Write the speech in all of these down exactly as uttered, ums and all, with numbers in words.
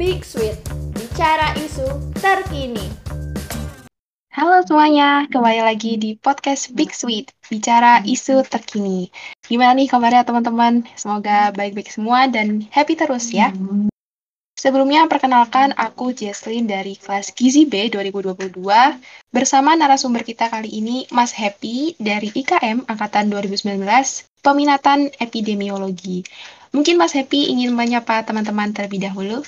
Big Sweet, bicara isu terkini. Halo semuanya, kembali lagi di podcast Big Sweet, bicara isu terkini. Gimana nih kabarnya teman-teman? Semoga baik-baik semua dan happy terus ya. Sebelumnya perkenalkan aku Jesslyn dari kelas Gizi B dua ribu dua puluh dua bersama narasumber kita kali ini Mas Happy dari I K M Angkatan dua ribu sembilan belas, peminatan epidemiologi. Mungkin Mas Happy ingin menyapa teman-teman terlebih dahulu.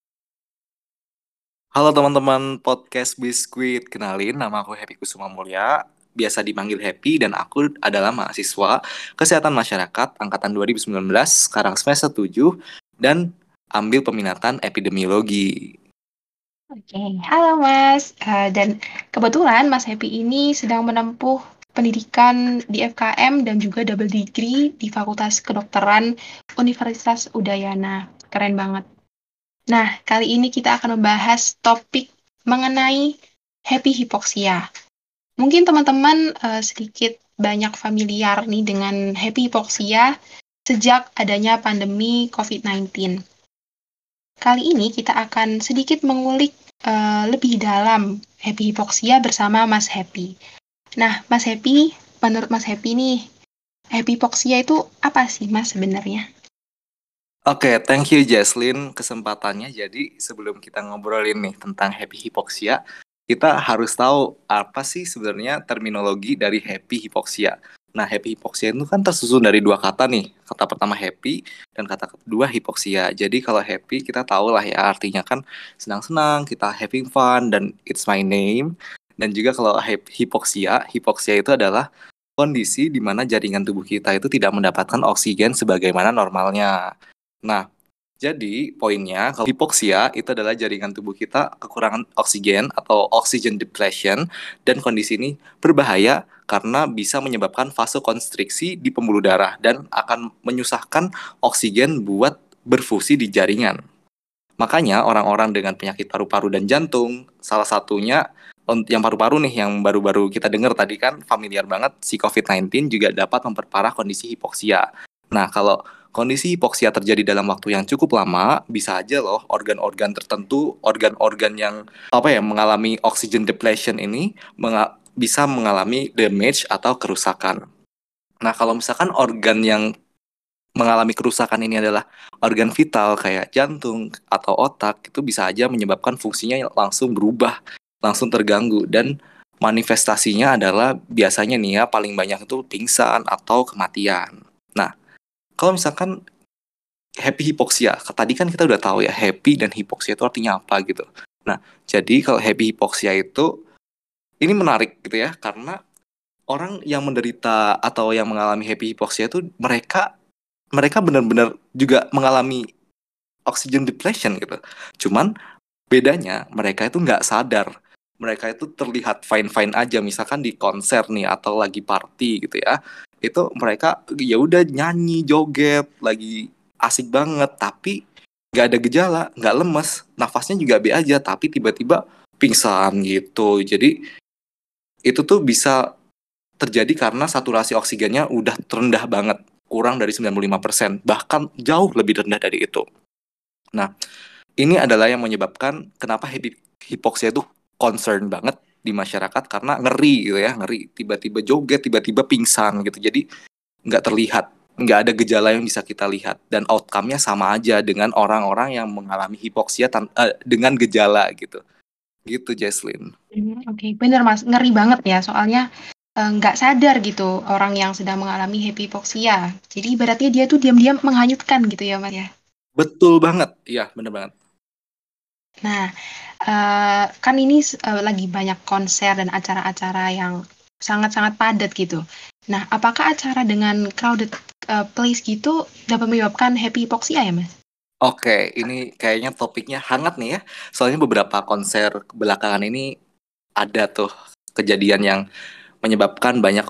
Halo teman-teman podcast Biskuit, kenalin nama aku Happy Kusuma Mulya, biasa dipanggil Happy dan aku adalah mahasiswa Kesehatan Masyarakat Angkatan dua ribu sembilan belas, sekarang semester tujuh dan ambil peminatan epidemiologi. Oke, halo Mas. Uh, dan kebetulan Mas Happy ini sedang menempuh pendidikan di F K M dan juga double degree di Fakultas Kedokteran Universitas Udayana. Keren banget. Nah, kali ini kita akan membahas topik mengenai happy hipoksia. Mungkin teman-teman uh, sedikit banyak familiar nih dengan happy hipoksia sejak adanya pandemi covid sembilan belas. Kali ini kita akan sedikit mengulik uh, lebih dalam happy hipoksia bersama Mas Happy. Nah, Mas Happy, menurut Mas Happy nih, happy hipoksia itu apa sih Mas sebenarnya? Oke, okay, thank you Jesslyn kesempatannya. Jadi sebelum kita ngobrolin nih tentang happy hipoksia, kita harus tahu apa sih sebenarnya terminologi dari happy hipoksia. Nah, happy hipoksia itu kan tersusun dari dua kata nih. Kata pertama happy dan kata kedua hipoksia. Jadi kalau happy kita tahu lah ya artinya kan senang-senang, kita having fun dan it's my name. Dan juga kalau hipoksia, hipoksia itu adalah kondisi di mana jaringan tubuh kita itu tidak mendapatkan oksigen sebagaimana normalnya. Nah, jadi poinnya kalau hipoksia itu adalah jaringan tubuh kita kekurangan oksigen atau oxygen depletion, dan kondisi ini berbahaya karena bisa menyebabkan vasokonstriksi di pembuluh darah dan akan menyusahkan oksigen buat berfungsi di jaringan. Makanya orang-orang dengan penyakit paru-paru dan jantung, salah satunya yang paru-paru nih yang baru-baru kita dengar tadi kan familiar banget, si covid sembilan belas juga dapat memperparah kondisi hipoksia. Nah, kalau kondisi hipoksia terjadi dalam waktu yang cukup lama, bisa aja loh organ-organ tertentu, organ-organ yang apa ya mengalami oxygen depletion ini menga- bisa mengalami damage atau kerusakan. Nah, kalau misalkan organ yang mengalami kerusakan ini adalah organ vital kayak jantung atau otak, itu bisa aja menyebabkan fungsinya langsung berubah, langsung terganggu, dan manifestasinya adalah biasanya nih ya paling banyak itu pingsan atau kematian. Nah, kalau misalkan happy hipoksia, tadi kan kita udah tahu ya happy dan hipoksia itu artinya apa gitu. Nah, jadi kalau happy hipoksia itu ini menarik gitu ya, karena orang yang menderita atau yang mengalami happy hipoksia itu mereka mereka benar-benar juga mengalami oxygen depletion gitu. Cuman bedanya mereka itu nggak sadar. Mereka itu terlihat fine-fine aja, misalkan di konser nih atau lagi party gitu ya. Itu mereka ya udah nyanyi, joget, lagi asik banget, tapi nggak ada gejala, nggak lemes, nafasnya juga B aja, tapi tiba-tiba pingsan gitu. Jadi itu tuh bisa terjadi karena saturasi oksigennya udah terendah banget, kurang dari sembilan puluh lima persen, bahkan jauh lebih rendah dari itu. Nah, ini adalah yang menyebabkan kenapa hipoksia itu concern banget di masyarakat, karena ngeri gitu ya, ngeri, tiba-tiba joget, tiba-tiba pingsan gitu. Jadi nggak terlihat, nggak ada gejala yang bisa kita lihat, dan outcome-nya sama aja dengan orang-orang yang mengalami hipoksia tan- uh, dengan gejala gitu. Gitu, Jesslyn. Hmm, Oke, okay. Bener Mas, ngeri banget ya, soalnya eh, nggak sadar gitu orang yang sedang mengalami happy hipoksia. Jadi ibaratnya dia tuh diam-diam menghanyutkan gitu ya Mas ya. Betul banget, iya bener banget. Nah, uh, kan ini uh, lagi banyak konser dan acara-acara yang sangat-sangat padat gitu. Nah, apakah acara dengan crowded uh, place gitu dapat menyebabkan happy hipoksia ya, Mas? Oke, ini kayaknya topiknya hangat nih ya. Soalnya beberapa konser belakangan ini ada tuh kejadian yang menyebabkan banyak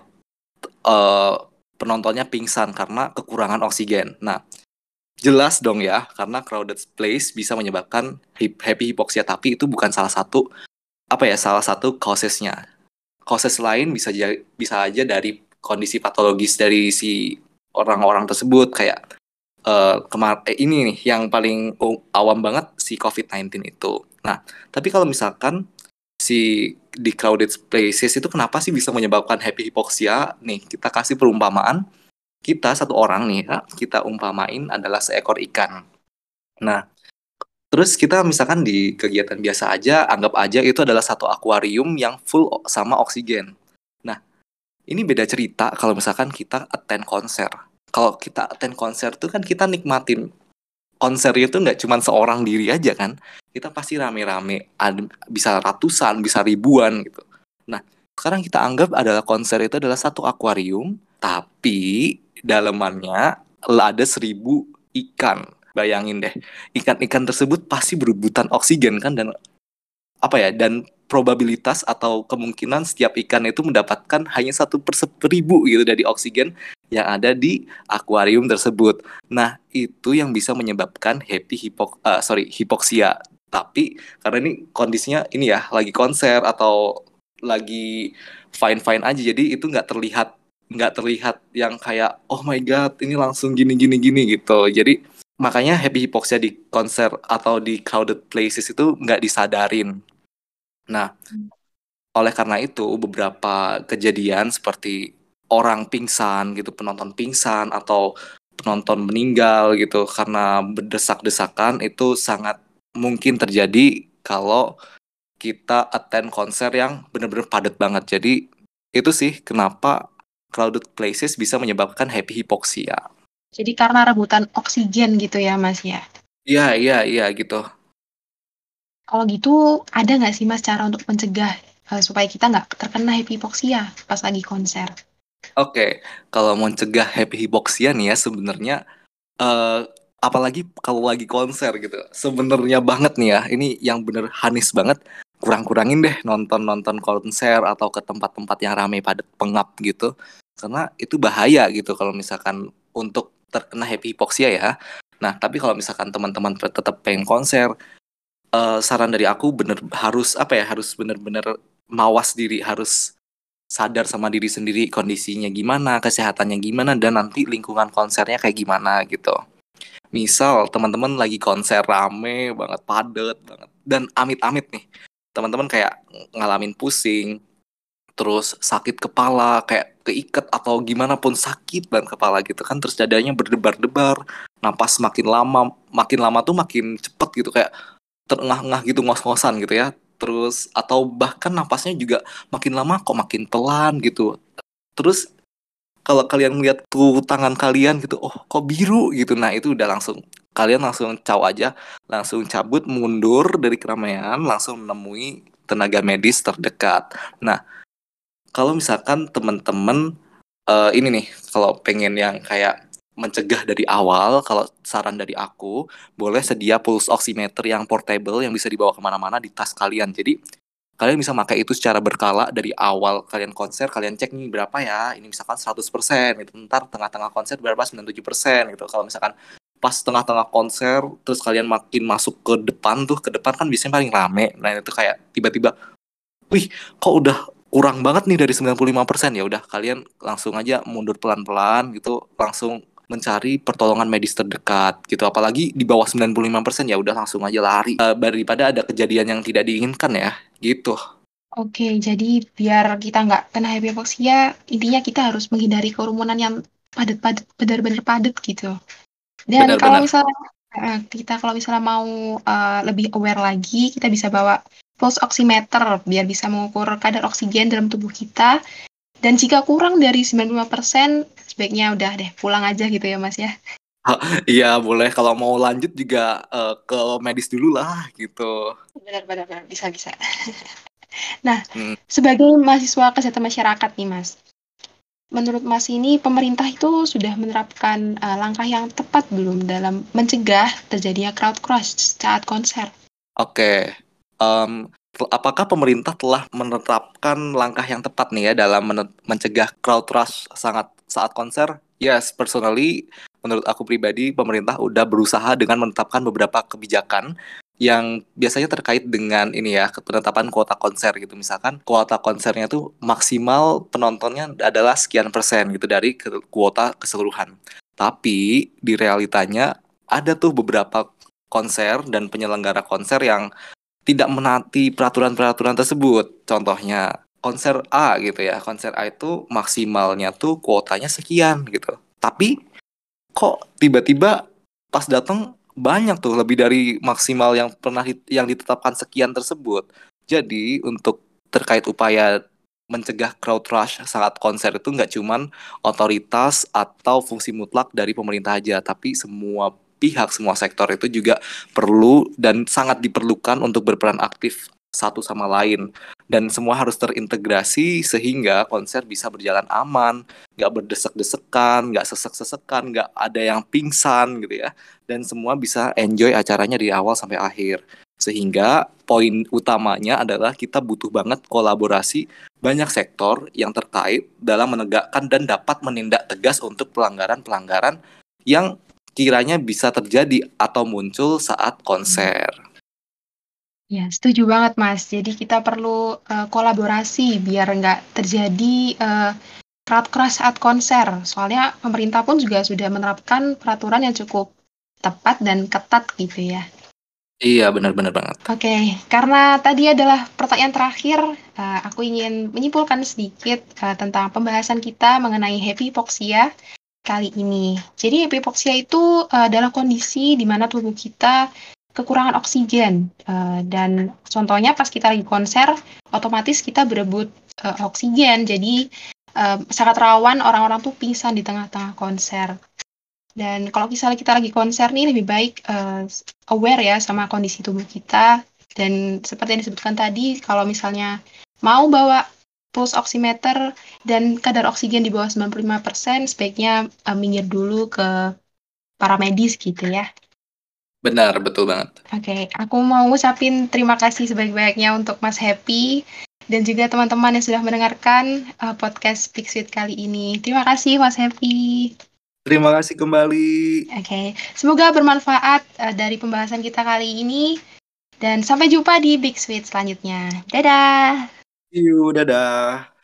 uh, penontonnya pingsan karena kekurangan oksigen. Nah, jelas dong ya, karena crowded place bisa menyebabkan happy hipoksia, tapi itu bukan salah satu apa ya salah satu causesnya. Causes lain bisa aja, bisa aja dari kondisi patologis dari si orang-orang tersebut, kayak uh, kemar eh, ini nih yang paling awam banget, si covid sembilan belas itu. Nah, tapi kalau misalkan si di crowded places itu kenapa sih bisa menyebabkan happy hypoxia? Nih, kita kasih perumpamaan. Kita satu orang nih, ya, kita umpamain adalah seekor ikan. Nah, terus kita misalkan di kegiatan biasa aja, anggap aja itu adalah satu akuarium yang full o- sama oksigen. Nah, ini beda cerita kalau misalkan kita attend konser. Kalau kita attend konser tuh kan kita nikmatin konser itu nggak cuma seorang diri aja kan. Kita pasti rame-rame, ad- bisa ratusan, bisa ribuan gitu. Nah, sekarang kita anggap adalah konser itu adalah satu akuarium, tapi dalemannya ada seribu ikan. Bayangin deh, ikan-ikan tersebut pasti berebutan oksigen kan, dan apa ya, dan probabilitas atau kemungkinan setiap ikan itu mendapatkan hanya satu per seribu gitu dari oksigen yang ada di akuarium tersebut. Nah, itu yang bisa menyebabkan happy hipok uh, sorry hipoksia. Tapi karena ini kondisinya ini ya lagi konser atau lagi fine fine aja, jadi itu nggak terlihat nggak terlihat yang kayak oh my god ini langsung gini gini gini gitu. Jadi makanya happy hypoxia di konser atau di crowded places itu nggak disadarin. Nah, oleh karena itu beberapa kejadian seperti orang pingsan gitu, penonton pingsan atau penonton meninggal gitu karena berdesak-desakan itu sangat mungkin terjadi kalau kita attend konser yang benar-benar padat banget. Jadi itu sih kenapa crowded places bisa menyebabkan happy hypoxia. Jadi karena rebutan oksigen gitu ya, Mas ya. Iya, iya, iya gitu. Kalau gitu, ada nggak sih, Mas, cara untuk mencegah eh, supaya kita nggak terkena hypoxia pas lagi konser? Oke, kalau mau cegah happy hypoxia nih ya sebenarnya eh apalagi kalau lagi konser gitu. Sebenarnya banget nih ya, ini yang bener hanis banget. Kurang-kurangin deh nonton-nonton konser atau ke tempat-tempat yang ramai padat pengap gitu. Karena itu bahaya gitu kalau misalkan untuk terkena happy hypoxia ya. Nah, tapi kalau misalkan teman-teman tetap pengen konser, eh, saran dari aku bener harus apa ya, harus bener-bener mawas diri, harus sadar sama diri sendiri kondisinya gimana, kesehatannya gimana, dan nanti lingkungan konsernya kayak gimana gitu. Misal teman-teman lagi konser rame banget, padet banget, dan amit-amit nih, teman-teman kayak ngalamin pusing, terus sakit kepala, kayak keiket atau gimana pun sakit banget kepala gitu kan, terus dadanya berdebar-debar, napas makin lama, makin lama tuh makin cepet gitu, kayak terengah-engah gitu, ngos-ngosan gitu ya. Terus atau bahkan napasnya juga makin lama kok makin pelan gitu. Terus kalau kalian melihat tuh tangan kalian gitu, oh kok biru gitu. Nah, itu udah langsung kalian langsung caw aja, langsung cabut mundur dari keramaian, langsung menemui tenaga medis terdekat. Nah, kalau misalkan teman-teman eh, ini nih, kalau pengen yang kayak mencegah dari awal, kalau saran dari aku, boleh sedia pulse oximeter yang portable yang bisa dibawa kemana-mana di tas kalian. Jadi kalian bisa pakai itu secara berkala dari awal kalian konser, kalian cek nih berapa ya, ini misalkan seratus persen gitu, ntar tengah-tengah konser berapa, sembilan puluh tujuh persen gitu. Kalau misalkan pas tengah-tengah konser, terus kalian makin masuk ke depan tuh, ke depan kan biasanya paling rame, nah itu kayak tiba-tiba, wih kok udah kurang banget nih dari sembilan puluh lima persen, ya udah kalian langsung aja mundur pelan-pelan gitu, langsung mencari pertolongan medis terdekat gitu. Apalagi di bawah sembilan puluh lima persen ya udah langsung aja lari, eh, daripada ada kejadian yang tidak diinginkan ya gitu. Oke, jadi biar kita nggak kena hypoxia, intinya kita harus menghindari kerumunan yang padat-padat, benar-benar padat gitu. Dan kalau Benar-benar. misalnya eh, kita kalau misalnya mau eh, lebih aware lagi, kita bisa bawa pulse oximeter biar bisa mengukur kadar oksigen dalam tubuh kita. Dan jika kurang dari sembilan puluh lima persen, sebaiknya udah deh pulang aja gitu ya, Mas ya. Iya boleh, kalau mau lanjut juga eh, ke medis dulu lah gitu. Benar-benar bisa bisa. Nah, Hmm. sebagai mahasiswa kesehatan masyarakat nih, Mas. Menurut Mas ini pemerintah itu sudah menerapkan eh, langkah yang tepat belum dalam mencegah terjadinya crowd crush saat konser? Oke, Em, tel- apakah pemerintah telah menetapkan langkah yang tepat nih ya dalam men- mencegah crowd rush sangat saat konser? Yes, personally, menurut aku pribadi, pemerintah udah berusaha dengan menetapkan beberapa kebijakan yang biasanya terkait dengan ini ya, penetapan kuota konser gitu. Misalkan kuota konsernya tuh maksimal penontonnya adalah sekian persen gitu dari ke- kuota keseluruhan. Tapi di realitanya ada tuh beberapa konser dan penyelenggara konser yang tidak menaati peraturan-peraturan tersebut. Contohnya konser A gitu ya, konser A itu maksimalnya tuh kuotanya sekian gitu. Tapi kok tiba-tiba pas datang banyak tuh lebih dari maksimal yang pernah dit- yang ditetapkan sekian tersebut. Jadi untuk terkait upaya mencegah crowd rush saat konser itu nggak cuman otoritas atau fungsi mutlak dari pemerintah aja, tapi semua pihak, semua sektor itu juga perlu dan sangat diperlukan untuk berperan aktif satu sama lain. Dan semua harus terintegrasi sehingga konser bisa berjalan aman, nggak berdesek-desekan, nggak sesek-sesekan, nggak ada yang pingsan gitu ya. Dan semua bisa enjoy acaranya dari awal sampai akhir. Sehingga poin utamanya adalah kita butuh banget kolaborasi banyak sektor yang terkait dalam menegakkan dan dapat menindak tegas untuk pelanggaran-pelanggaran yang kiranya bisa terjadi atau muncul saat konser. Ya, setuju banget, Mas. Jadi kita perlu uh, kolaborasi biar nggak terjadi uh, crowd crush saat konser. Soalnya pemerintah pun juga sudah menerapkan peraturan yang cukup tepat dan ketat gitu ya. Iya, benar-benar banget. Oke, karena tadi adalah pertanyaan terakhir, uh, aku ingin menyimpulkan sedikit uh, tentang pembahasan kita mengenai happy hypoxia kali ini. Jadi happy hypoxia itu uh, adalah kondisi di mana tubuh kita kekurangan oksigen, uh, dan contohnya pas kita lagi konser, otomatis kita berebut uh, oksigen, jadi uh, sangat rawan orang-orang tuh pingsan di tengah-tengah konser. Dan kalau misalnya kita lagi konser nih, lebih baik uh, aware ya sama kondisi tubuh kita. Dan seperti yang disebutkan tadi, kalau misalnya mau bawa pulse oximeter dan kadar oksigen di bawah sembilan puluh lima persen, sebaiknya uh, minggir dulu ke para medis gitu ya. Benar, betul banget. Oke, aku mau ngucapin terima kasih sebaik-baiknya untuk Mas Happy dan juga teman-teman yang sudah mendengarkan uh, podcast Speak Sweet kali ini. Terima kasih Mas Happy. Terima kasih kembali. Oke, semoga bermanfaat uh, dari pembahasan kita kali ini. Dan sampai jumpa di Big Sweet selanjutnya. Dadah! See you, dadah.